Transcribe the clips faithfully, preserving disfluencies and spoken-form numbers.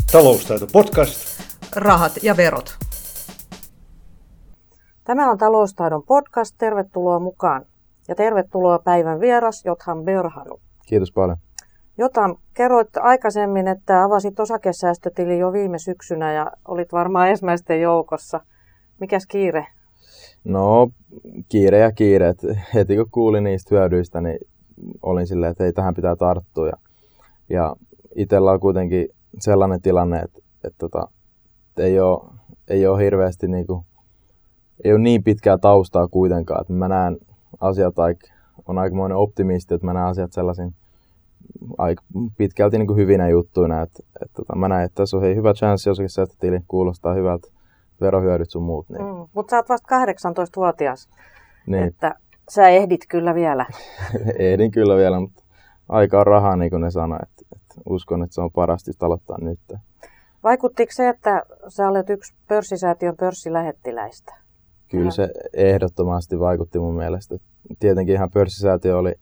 Taloustaito podcast. Rahat ja verot. Tämä on Taloustaidon podcast. Tervetuloa mukaan. Ja tervetuloa päivän vieras Jotham Berhanu. Kiitos paljon. Jotham, kerroit aikaisemmin, että avasit osakesäästötilin jo viime syksynä ja olit varmaan ensimmäisten joukossa. Mikäs kiire? No, kiire ja kiire. Et heti kun kuulin niistä hyödyistä, niin olin silleen, että hei, tähän pitää tarttua. Ja, ja itsellä on kuitenkin sellainen tilanne, että, että, että, että ei, ole, ei ole hirveästi niinku, ei ole niin pitkää taustaa kuitenkaan. Että mä näen asiat, aika, on aikamoinen optimisti, että mä näen asiat sellaisin aika pitkälti niin kuin hyvinä juttuina. Että, että, että mä näen, että tässä on hei, hyvä chanssi osakesäästötili, kuulostaa hyvältä, verohyödyt sun muut. Niin. Mm, mutta sä oot vasta kahdeksantoistavuotias, niin. Että sä ehdit kyllä vielä. Ehdin kyllä vielä, mutta aika on rahaa, niin kuin ne sanoo. Että, että uskon, että se on parasti aloittaa nyt. Vaikuttiko se, että sä olet yksi pörssisäätiön pörssilähettiläistä? Kyllä se ehdottomasti vaikutti mun mielestä. Tietenkin ihan pörssisäätiö oli,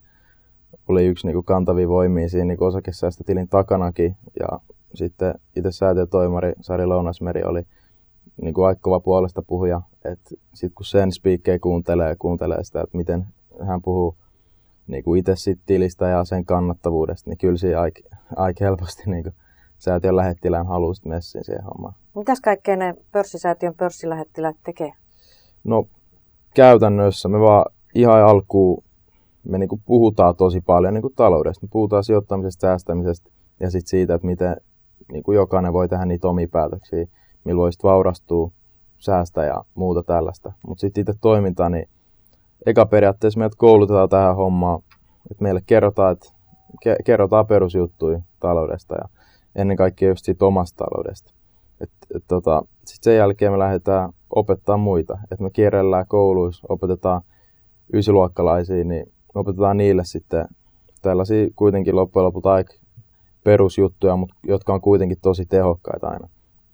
oli yksi niin kuin kantavia voimia siinä niin kuin osakesäästötilin takanakin. Ja sitten itse säätiötoimari Sari Lounasmeri oli niin kuin aika kova puolesta puhuja. Sitten kun sen spiikkejä kuuntelee ja kuuntelee sitä, että miten hän puhuu niin kuin itse sit tilistä ja sen kannattavuudesta, niin kyllä siinä aika, aika helposti niin kuin säätiön lähettilään haluaa sitten messiin siihen hommaan. Mitäs kaikkea ne pörssisäätiön pörssilähettiläät tekee? No käytännössä me vaan ihan alkuun me niinku puhutaan tosi paljon niinku taloudesta. Me puhutaan sijoittamisesta, säästämisestä ja sitten siitä, että miten niinku jokainen voi tehdä niitä omia päätöksiä, millä voi sitten vaurastua, säästää ja muuta tällaista. Mutta sitten itse toiminta, niin eka periaatteessa meidät koulutetaan tähän hommaan, että meille kerrotaan, että ke- kerrotaan perusjuttuja taloudesta ja ennen kaikkea just siitä omasta taloudesta. Et, et, tota, sitten sen jälkeen me lähdetään opettaa muita. Et me kierrellään kouluissa, opetetaan ysiluokkalaisia, niin opetetaan niille sitten tällaisia kuitenkin loppujen lopulta aika perusjuttuja, mutta jotka on kuitenkin tosi tehokkaita aina.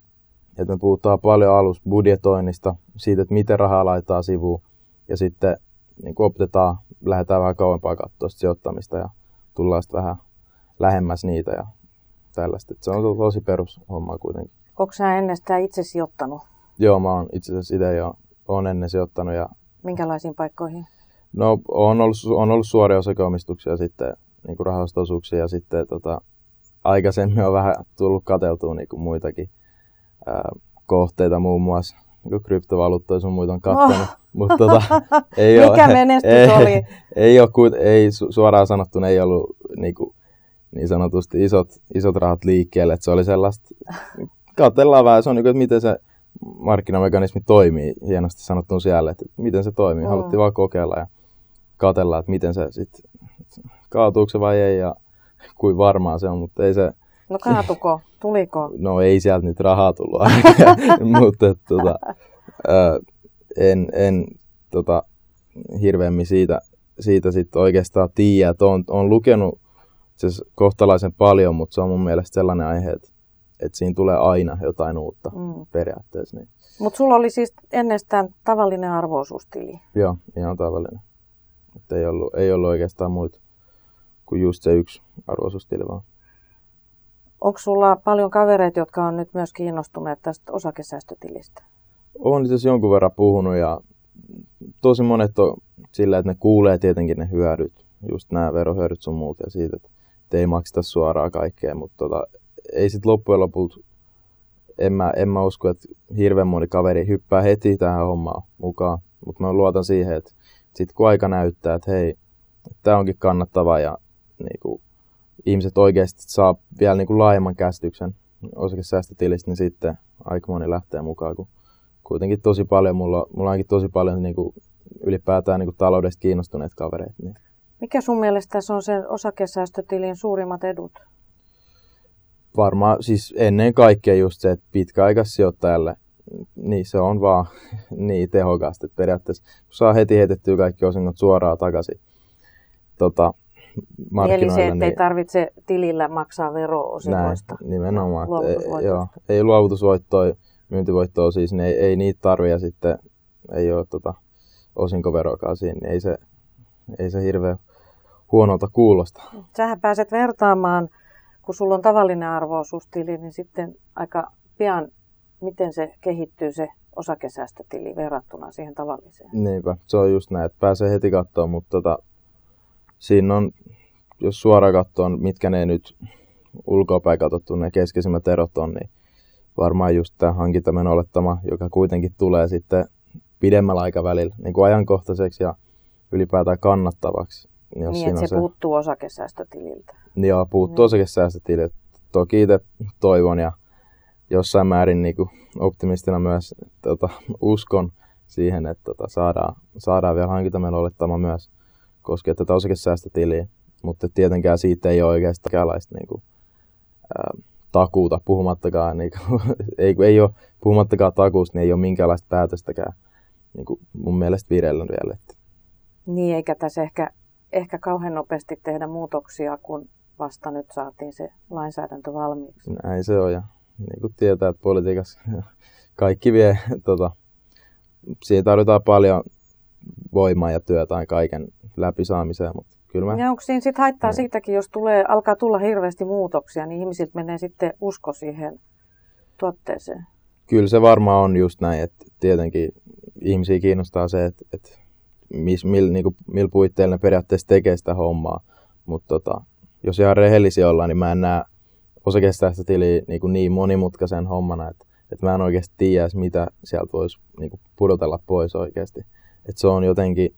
Et me puhutaan paljon alussa budjetoinnista, siitä, että miten rahaa laitetaan sivuun, ja sitten niin kun opetetaan, lähdetään vähän kauempaa katsoa sijoittamista ja tullaan sitten vähän lähemmäs niitä ja tällaista. Et se on tosi perushommaa kuitenkin. Onko sä ennestään itse sijoittanut? Joo, mä oon itse asiassa itse jo oon ennen sijoittanut. Ja minkälaisiin paikkoihin? No, on ollut, on ollut suoria osakeomistuksia sitten, niin kuin rahasto-osuuksia ja sitten tota, aikaisemmin on vähän tullut katseltua niin kuin muitakin ää, kohteita, muun muassa niin kryptovaluuttoja sun muita on katsonut. Oh. Mutta tota, ei mikä ole, menestys ei, oli? Ei, ei, ole, ei suoraan sanottuna ei ollut niin, kuin, niin sanotusti isot, isot rahat liikkeelle, että se oli sellaista, katsellaan vähän, se on niin kuin, että miten se markkinamekanismi toimii, hienosti sanottuna siellä, että miten se toimii. Mm. Haluttiin vaan kokeilla ja katsella, että miten se sitten, kaatuuko se vai ei ja kuin varmaa se on, mutta ei se... No kaatuko? Tuliko? No ei sieltä nyt rahaa tullut mutta tota, en, en tota, hirveämmin siitä, siitä sitten oikeastaan tiedä, että olen, olen lukenut siis kohtalaisen paljon, mutta se on mun mielestä sellainen aihe, että että siinä tulee aina jotain uutta mm. periaatteessa. Niin. Mutta sulla oli siis ennestään tavallinen arvo-osuustili? Joo, ihan tavallinen. Että ei ollut, ei ollut oikeastaan muita kuin just se yksi arvo-osuustili vaan. Onko sulla paljon kavereita, jotka on nyt myös kiinnostuneet tästä osakesäästötilistä? Olen itse asiassa jonkun verran puhunut ja tosi monet on sillä, että ne kuulee tietenkin ne hyödyt, just nämä verohyödyt sun muut ja siitä, että ei makseta suoraan kaikkea, mutta tota, ei sit loppujen lopulta, en mä, en mä usko, että hirveän moni kaveri hyppää heti tähän hommaan mukaan, mutta mä luotan siihen, että sit kun aika näyttää, että hei, tää onkin kannattavaa ja niinku, ihmiset oikeasti saa vielä niinku laajemman käsityksen osakesäästötilistä, niin sitten aika moni lähtee mukaan, kun kuitenkin tosi paljon, mulla, mulla onkin tosi paljon niinku, ylipäätään niinku, taloudesta kiinnostuneet kavereita. Niin. Mikä sun mielestä tässä on sen osakesäästötilin suurimmat edut? Varmaan siis ennen kaikkea just se, että pitkäaikaissijoittajalle niin se on vaan niin tehokasta, että periaatteessa kun saa heti heitettyä kaikki osingot suoraan takaisin tota, markkinoille. Eli se, että niin, ei tarvitse tilillä maksaa vero-osingoista. Näin, nimenomaan. Ei, joo, ei luovutusvoittoja, myyntivoittoa siis, niin ei, ei niitä tarvitse ja sitten ei ole tota, osinkoveroakaan siinä, niin ei se, ei se hirveän huonolta kuulosta. Sähän pääset vertaamaan kun sulla on tavallinen arvo-osuustili, niin sitten aika pian, miten se kehittyy se osakesäästötili verrattuna siihen tavalliseen? Niinpä, se on just näin, että pääsee heti katsoa, mutta tota, siinä on, jos suoraan katsoo, mitkä ne nyt ulkoapäin katsottu ne keskeisimmät erot on, niin varmaan just tämä hankintameno olettama, joka kuitenkin tulee sitten pidemmällä aikavälillä niin kuin ajankohtaiseksi ja ylipäätään kannattavaksi. Niin, niin että se, se puuttuu osakesäästötililtä. Joo, puuttuu niin. osakesäästötililtä. Toki itse toivon ja jossain määrin niin kuin optimistina myös tota, uskon siihen, että tota, saadaan, saadaan vielä hankintameno olettama myös koskee tätä osakesäästötiliä. Mutta tietenkään siitä ei ole oikeastaan minkäänlaista niin kuin, ää, takuuta, puhumattakaan, niin kuin, ei, ei ole, puhumattakaan takuusta, niin ei ole minkäänlaista päätöstäkään niin kuin mun mielestä vireillä vielä. Niin, eikä tässä ehkä, ehkä kauhean nopeasti tehdä muutoksia, kun vasta nyt saatiin se lainsäädäntö valmiiksi. Näin se on, ja niin kuin tietää, että politiikassa kaikki vie, tota, siihen tarvitaan paljon voimaa ja työtä kaiken läpisaamiseen, mutta kyllä mä... Ja onko siinä sitten haittaa siitäkin, jos tulee, alkaa tulla hirveästi muutoksia, niin ihmisiltä menee sitten usko siihen tuotteeseen? Kyllä se varmaan on just näin, että tietenkin ihmisiä kiinnostaa se, että, että mis, millä niin mil puitteilla ne periaatteessa tekee sitä hommaa, mutta tota, jos ihan rehellisiä ollaan, niin mä en näe osakesäästötiliä niin, niin monimutkaisen hommana, että, että mä en oikeasti tiedä, mitä sieltä voisi niin pudotella pois oikeasti. Että se on jotenkin,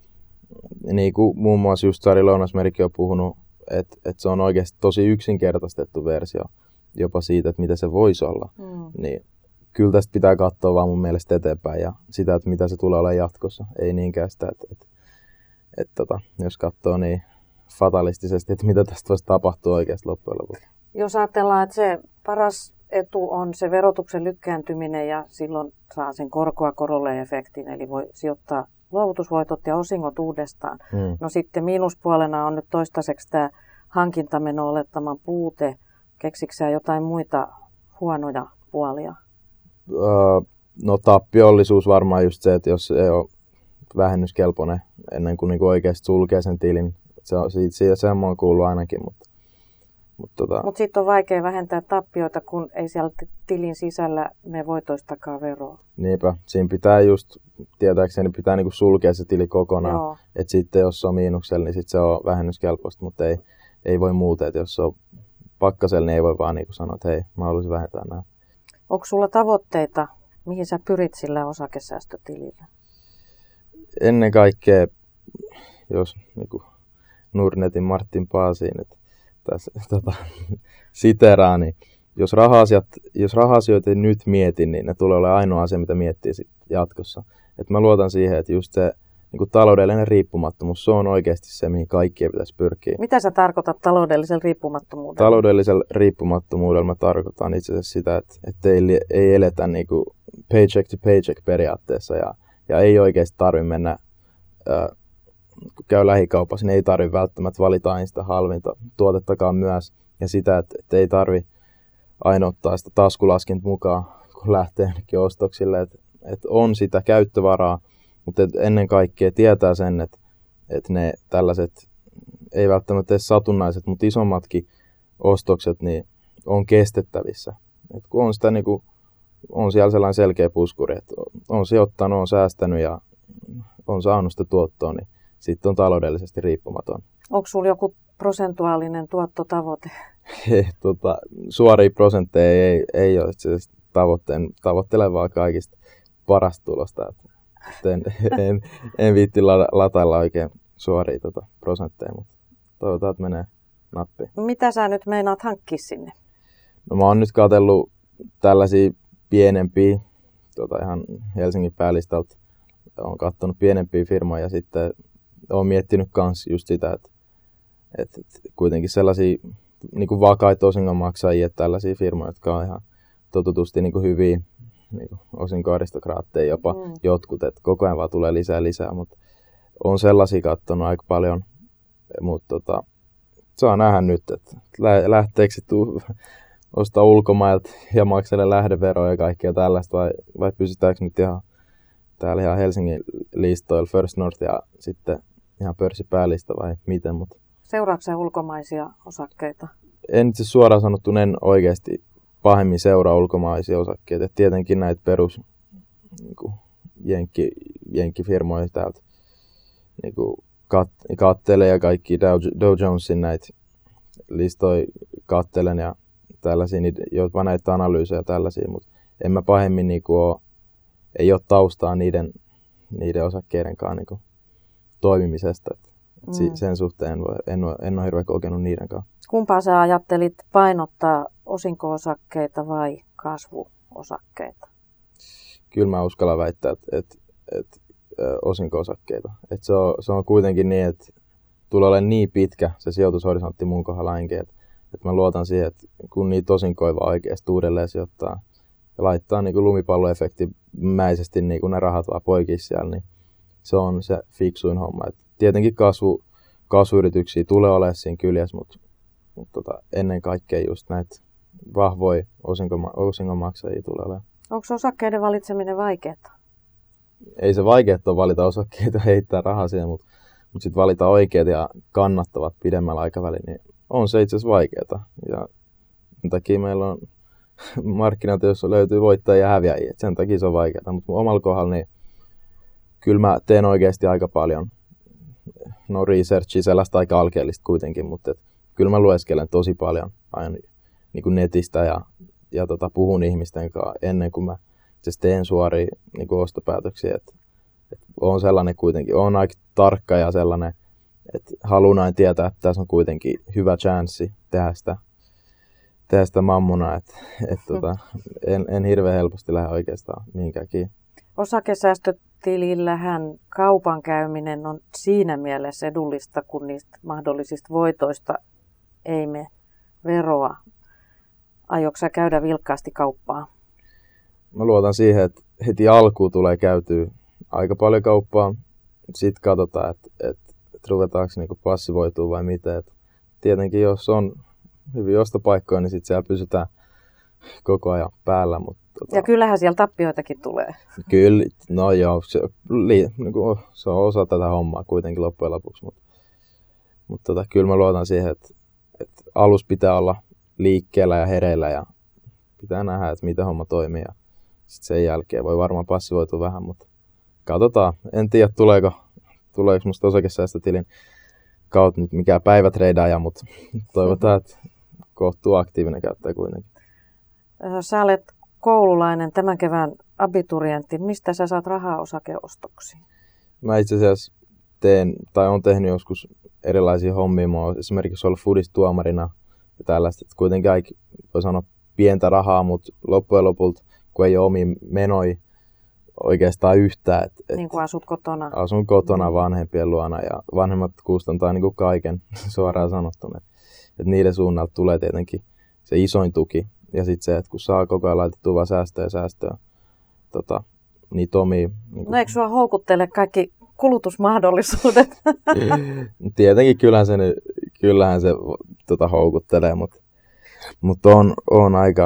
niin kuin muun muassa just Sari Lounasmerikin on puhunut, että, että se on oikeasti tosi yksinkertaistettu versio jopa siitä, että mitä se voisi olla. Mm. Niin kyllä tästä pitää katsoa vaan mun mielestä eteenpäin ja sitä, että mitä se tulee olla jatkossa. Ei niinkään sitä, että, että, että, että jos katsoo niin fatalistisesti, että mitä tästä voisi tapahtua oikeasti loppujen lopuksi. Jos ajatellaan, että se paras etu on se verotuksen lykkääntyminen ja silloin saa sen korkoa korolle efektin, eli voi sijoittaa luovutusvoitot ja osingot uudestaan. Hmm. No sitten miinuspuolena on nyt toistaiseksi tämä hankintameno-olettaman puute. Keksitkö sä jotain muita huonoja puolia? Öö, no tappiollisuus varmaan just se, että jos ei ole vähennyskelpoinen ennen kuin niinku oikeasti sulkee sen tilin. Se on, siitä, siitä sen on kuullut ainakin. Mutta Mutta tota... Mut sitten on vaikea vähentää tappioita, kun ei siellä tilin sisällä me voitoistakaan veroa. Niinpä. Siinä pitää just, tietääkseni pitää niinku sulkea se tili kokonaan. Että sitten jos se on miinuksella, niin sit se on vähennyskelpoista, mutta ei, ei voi muuta. Et jos se on pakkasella, niin ei voi vaan niinku sanoa, että hei, mä haluaisin vähentää nämä. Onko sulla tavoitteita, mihin sä pyrit sillä osakesäästötilillä? Ennen kaikkea, jos niinku Nordnetin Martin Paasiin, että tässä tota, siteraa, niin jos raha-asiat, jos raha-asioita nyt mietin, niin ne tulee olemaan ainoa asia, mitä miettii sit jatkossa. Et mä luotan siihen, että just se niin kuin taloudellinen riippumattomuus, se on oikeasti se, mihin kaikkien pitäisi pyrkiä. Mitä sä tarkoitat taloudellisella riippumattomuudella? Taloudellisella riippumattomuudella mä tarkoitan itse asiassa sitä, että, että ei, ei eletä niin kuin paycheck to paycheck periaatteessa ja, ja ei oikeasti tarvitse mennä... Ää, kun käy lähikaupassa, niin ei tarvitse välttämättä valita aina sitä halvinta tuotettakaan myös. Ja sitä, että, että ei tarvitse aina ottaa sitä taskulaskinta mukaan, kun lähtee jonnekin ostoksille. Että, että on sitä käyttövaraa, mutta ennen kaikkea tietää sen, että, että ne tällaiset, ei välttämättä edes satunnaiset, mutta isommatkin ostokset niin on kestettävissä. Että kun on, sitä, niin kuin, on siellä sellainen selkeä puskuri, että on sijoittanut, on säästänyt ja on saanut sitä tuottoa, niin sitten on taloudellisesti riippumaton. Onko sinulla joku prosentuaalinen tuottotavoite? tota, suoria prosentteja ei, ei ole itse asiassa tavoitteen, tavoittelevaa kaikista parasta tulosta. Et en, en, en viitti latailla oikein suoria tota, prosentteja, mutta toivotaan, että menee nappiin. Mitä sä nyt meinaat hankkia sinne? No mä oon nyt katsellut tällaisia pienempiä, tota, ihan Helsingin päälistalta. Olen katsonut pienempiä firmoja ja sitten olen miettinyt myös just sitä, että, että kuitenkin sellaisia niin kuin vakaita osingonmaksajia, että tällaisia firmoja, jotka on ihan totutusti niin kuin hyviä niin kuin osinkoaristokraatteja jopa mm. jotkut, että koko ajan vaan tulee lisää lisää, mutta olen sellaisia katsonut aika paljon, mutta tota, saa nähdä nyt, että lähteekö se ostaa ulkomailta ja makselle lähdeveroja ja kaikkea tällaista vai, vai pysytäänkö nyt ihan täällä ihan Helsingin listoilla First North ja sitten ihan pörssipäälistä vai miten. Mutta seuraatko sä ulkomaisia osakkeita? en itse suoraan sanottu, en oikeasti pahemmin seuraa ulkomaisia osakkeita. Et tietenkin näitä perus niin kuin jenkki, jenkkifirmoja täältä niin kuin kat, kattelen ja kaikki Dow, Dow Jonesin näitä listoja kattelen ja tällaisia, jopa näitä analyysejä ja tällaisia, mutta en mä pahemmin niin kuin ole, ei ole taustaa niiden, niiden osakkeidenkaan niin kuin toimimisesta. Mm. Sen suhteen en, voi, en, ole, en ole hirveän kokenut niiden kanssa. Kumpaa sä ajattelit painottaa, osinko-osakkeita vai kasvuosakkeita? Kyllä mä uskallan väittää, että, että, että osinko-osakkeita. Että se, on, se on kuitenkin niin, että tulee olemaan niin pitkä se sijoitushorisontti mun kohdalla ainakin, että, että mä luotan siihen, että kun niitä osinkoja vaan oikeasti uudelleen sijoittaa ja laittaa niin kuin lumipalloefektimäisesti niin kuin ne rahat vaan poikisi siellä, niin se on se fiksuin homma. Et tietenkin kasvu, kasvuyrityksiä tulee olemaan siinä kyljessä, mutta, mutta tota, ennen kaikkea just näitä vahvoja osingonmaksajia tulee olemaan. Onko osakkeiden valitseminen vaikeaa? Ei se vaikeaa ole valita osakkeita, heittää rahaa siihen, mutta, mutta sitten valita oikeat ja kannattavat pidemmällä aikavälillä, niin on se itse asiassa vaikeaa. Ja sen takia meillä on markkinat, joissa löytyy voittajia ja häviäjiä. Et sen takia se on vaikeaa, mutta omalla kohdalla niin kyllä mä teen oikeasti aika paljon no researchia, sellaista aika alkeellista kuitenkin, mutta et, kyllä mä lueskelen tosi paljon aina niin kuin netistä ja, ja tota, puhun ihmisten kanssa ennen kuin mä teen suoria niin kuin ostopäätöksiä. Et, et on sellainen kuitenkin, on aika tarkka ja sellainen, että haluan aina tietää, että tässä on kuitenkin hyvä chanssi tehdä sitä, tehdä sitä mammona, että et, tota, en, en hirveän helposti lähde oikeastaan mihinkään kiinni. Osakesäästötilillähän kaupan käyminen on siinä mielessä edullista, kun niistä mahdollisista voitoista ei mene veroa. Aiotko sä käydä vilkkaasti kauppaa? Mä luotan siihen, että heti alkuun tulee käytyä aika paljon kauppaa. Sitten katsotaan, että, että, että ruvetaanko niinku passivoitua vai mitä. Et tietenkin jos on hyviä ostopaikkoja, niin sitten siellä pysytään koko ajan päällä. Mutta tota, ja kyllähän siellä tappioitakin tulee. Kyllä, no joo, se, li, niin kuin, se on osa tätä hommaa kuitenkin loppujen lopuksi. Mutta, mutta tota, kyllä mä luotan siihen, että, että alus pitää olla liikkeellä ja hereillä ja pitää nähdä, että miten homma toimii. Ja sitten sen jälkeen voi varmaan passivoitua vähän, mutta katsotaan. En tiedä, tuleeko, tuleeko musta osakesäästötilin kautta nyt mikään päivätreidaaja, mutta toivotaan, että kohtuu aktiivinen käyttäjä kuitenkin. Sä olet koululainen, tämän kevään abiturientti. Mistä sä saat rahaa osakeostoksiin? Mä itse asiassa teen, tai olen tehnyt joskus erilaisia hommia. Mä oon esimerkiksi ollut foodistuomarina ja tällaista. Että kuitenkin aika, voi sanoa, pientä rahaa, mutta loppujen lopulta, kun ei ole omia menoja oikeastaan yhtään. Et, et niin kuin asut kotona. Asun kotona vanhempien luona ja vanhemmat kustantaa niin kuin kaiken suoraan sanottuna. Et, et niiden suunnalta tulee tietenkin se isoin tuki. Ja sitten se, että kun saa koko ajan laitettua vaan säästöä ja säästöä, tota, niitä omia... Niin no eikö sua houkuttele kaikki kulutusmahdollisuudet? Tietenkin kyllähän se, kyllähän se tota, houkuttelee, mutta, mutta on, on aika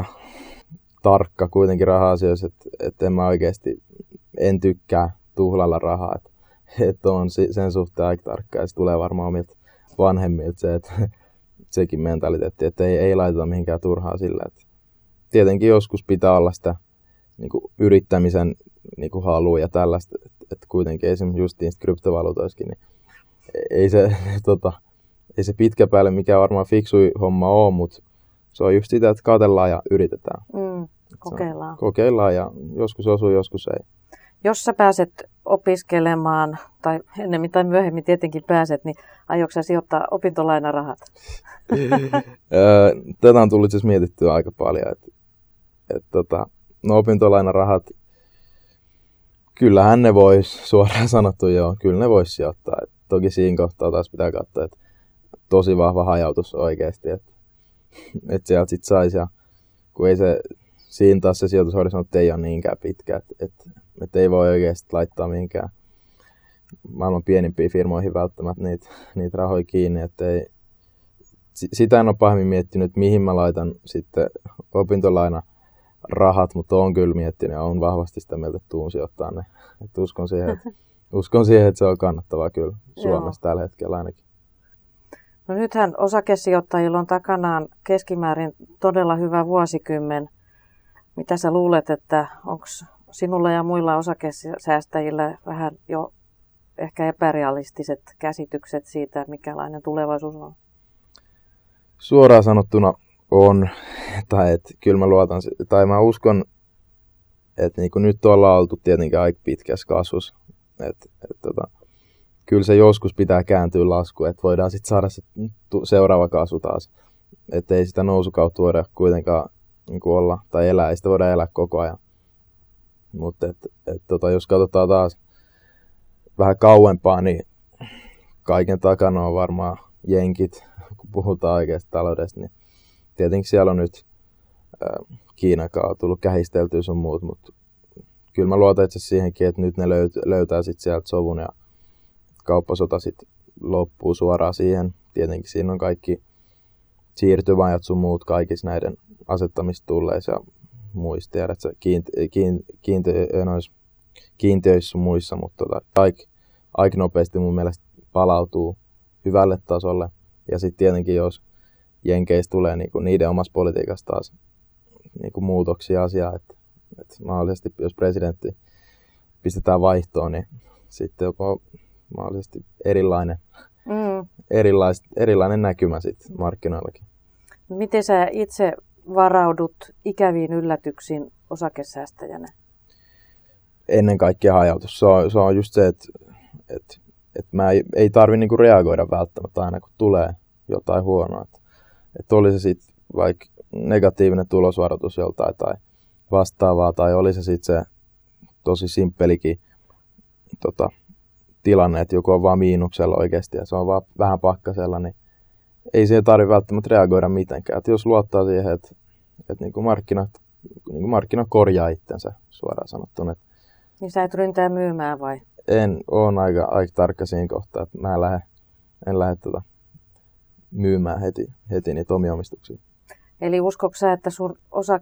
tarkka kuitenkin raha-asioissa, että, että en mä oikeasti en tykkää tuhlalla rahaa. Että, että on sen suhteen aika tarkka ja se tulee varmaan omilta vanhemmilta se, että sekin mentaliteetti, että ei, ei laiteta mihinkään turhaa sillä. Että tietenkin joskus pitää olla sitä niin kuin yrittämisen niin kuin halua ja tällaista, että, että kuitenkin esimerkiksi just niistä kryptovaluutoissakin, niin ei se, tota, ei se pitkä päälle mikään varmaan fiksui homma ole, mutta se on just sitä, että katsellaan ja yritetään. Mm, kokeillaan. Kokeillaan ja joskus osuu, joskus ei. Jos sä pääset opiskelemaan, tai ennemmin tai myöhemmin tietenkin pääset, niin aiotko sä sijoittaa opintolainarahat? Tätä on tullut siis mietittyä aika paljon. Että, että, tota, no opintolainarahat, kyllähän ne vois, suoraan sanottu joo, kyllä ne vois sijoittaa. Et toki siinä kohtaa taas pitää katsoa, että tosi vahva hajautus oikeasti, että, että sieltä sit saisi. Ja kun ei se, siinä taas se sijoitushorisontti ei ole niinkään pitkä, että, että, että ei voi oikeasti laittaa mihinkään maailman pienimpiin firmoihin välttämättä niitä, niitä rahoja kiinni, että ei, sitä en ole pahemmin miettinyt, että mihin mä laitan sitten opintolainarahat, mutta olen kyllä miettinyt ja olen vahvasti sitä mieltä, että tuun sijoittaa ne. Että uskon, siihen, että, uskon siihen, että se on kannattavaa kyllä Suomessa tällä hetkellä ainakin. No nythän osakesijoittajilla on takanaan keskimäärin todella hyvä vuosikymmen. Mitä sä luulet, että onko sinulla ja muilla osakesäästäjillä vähän jo ehkä epärealistiset käsitykset siitä, mikälainen tulevaisuus on? Suoraan sanottuna on, tai että kyllä mä luotan, tai mä uskon, että niin kuin nyt ollaan oltu tietenkin aika pitkässä kasvussa. Et, et, tota, kyllä se joskus pitää kääntyä laskuun, että voidaan sitten saada se seuraava kasvu taas. Että ei sitä nousukautta voida kuitenkaan niin kuin olla tai elää, ei sitä voida elää koko ajan. Mutta et, et, tota, jos katsotaan taas vähän kauempaa, niin kaiken takana on varmaan jenkit, kun puhutaan oikeasta taloudesta. Niin tietenkin siellä on nyt äh, Kiinakaan on tullut kähisteltyä sun muut, mutta kyllä mä luotan itse siihenkin, että nyt ne löyt- löytää sit sieltä sovun ja kauppasota sit loppuu suoraan siihen. Tietenkin siinä on kaikki siirtymäajat sun muut kaikissa näiden asettamista tulleissa ja muista. Tiedät sä kiinte- kiinte- kiinte- nois kiinteöissä sun muissa, mutta tota, aika, aika nopeasti mun mielestä palautuu hyvälle tasolle. Ja sitten tietenkin jos Jenkeissä tulee niinku niiden omassa politiikassa taas niinku muutoksia asiaa, että et mahdollisesti jos presidentti pistetään vaihtoon, niin sitten joko mahdollisesti erilainen, mm. erilais, erilainen näkymä sit markkinoillakin. Miten sä itse varaudut ikäviin yllätyksiin osakesäästäjänä? Ennen kaikkea hajautus. Se on, se on just se, että et, et mä ei, ei tarvitse niinku reagoida välttämättä aina, kun tulee jotain huonoa. Että et oli se sitten vaikka negatiivinen tulosvaroitus joltain tai vastaavaa, tai oli se sitten se tosi simppelikin tota, tilanne, että joku on vaan miinuksella oikeasti ja se on vaan vähän pakkasella, niin ei siihen tarvitse välttämättä reagoida mitenkään. Et jos luottaa siihen, että et niinku markkinat, niinku markkinat korjaa itsensä suoraan sanottuna. Et niin sä et ryntää myymään vai? En, oon aika, aika tarkka siinä kohtaa, että mä en lähde, en lähde tota, myymään heti, heti niitä omia omistuksia. Eli uskotko sä, että sun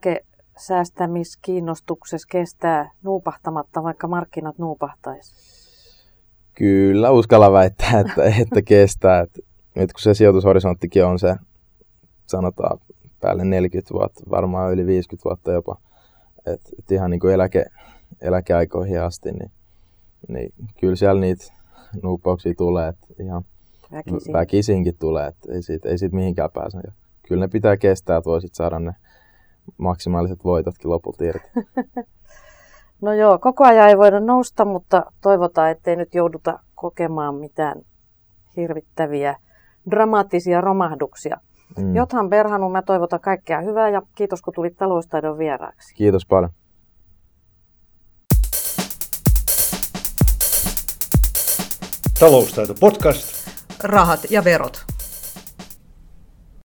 osakesäästämiskiinnostuksessa kestää nuupahtamatta, vaikka markkinat nuupahtaisi? Kyllä, uskalla väittää, että, että kestää. Että nyt kun se sijoitushorisonttikin on se, sanotaan päälle neljäkymmentä vuotta, varmaan yli viisikymmentä vuotta jopa, että et ihan niin kuin eläke, eläkeaikoihin asti, niin, niin kyllä siellä niitä nuuppauksia tulee, että ihan Väkisin. väkisinkin tulee, että ei siitä, ei siitä mihinkään pääse. Ja kyllä ne pitää kestää, että voisit saada ne maksimaaliset voitotkin lopulta irti. No joo, koko ajan ei voida nousta, mutta toivotaan, ettei nyt jouduta kokemaan mitään hirvittäviä, dramaattisia romahduksia. Mm. Jothan Berhanu, mä toivotan kaikkea hyvää ja kiitos kun tulit Taloustaidon vieraaksi. Kiitos paljon. Taloustaito podcast. Rahat ja verot.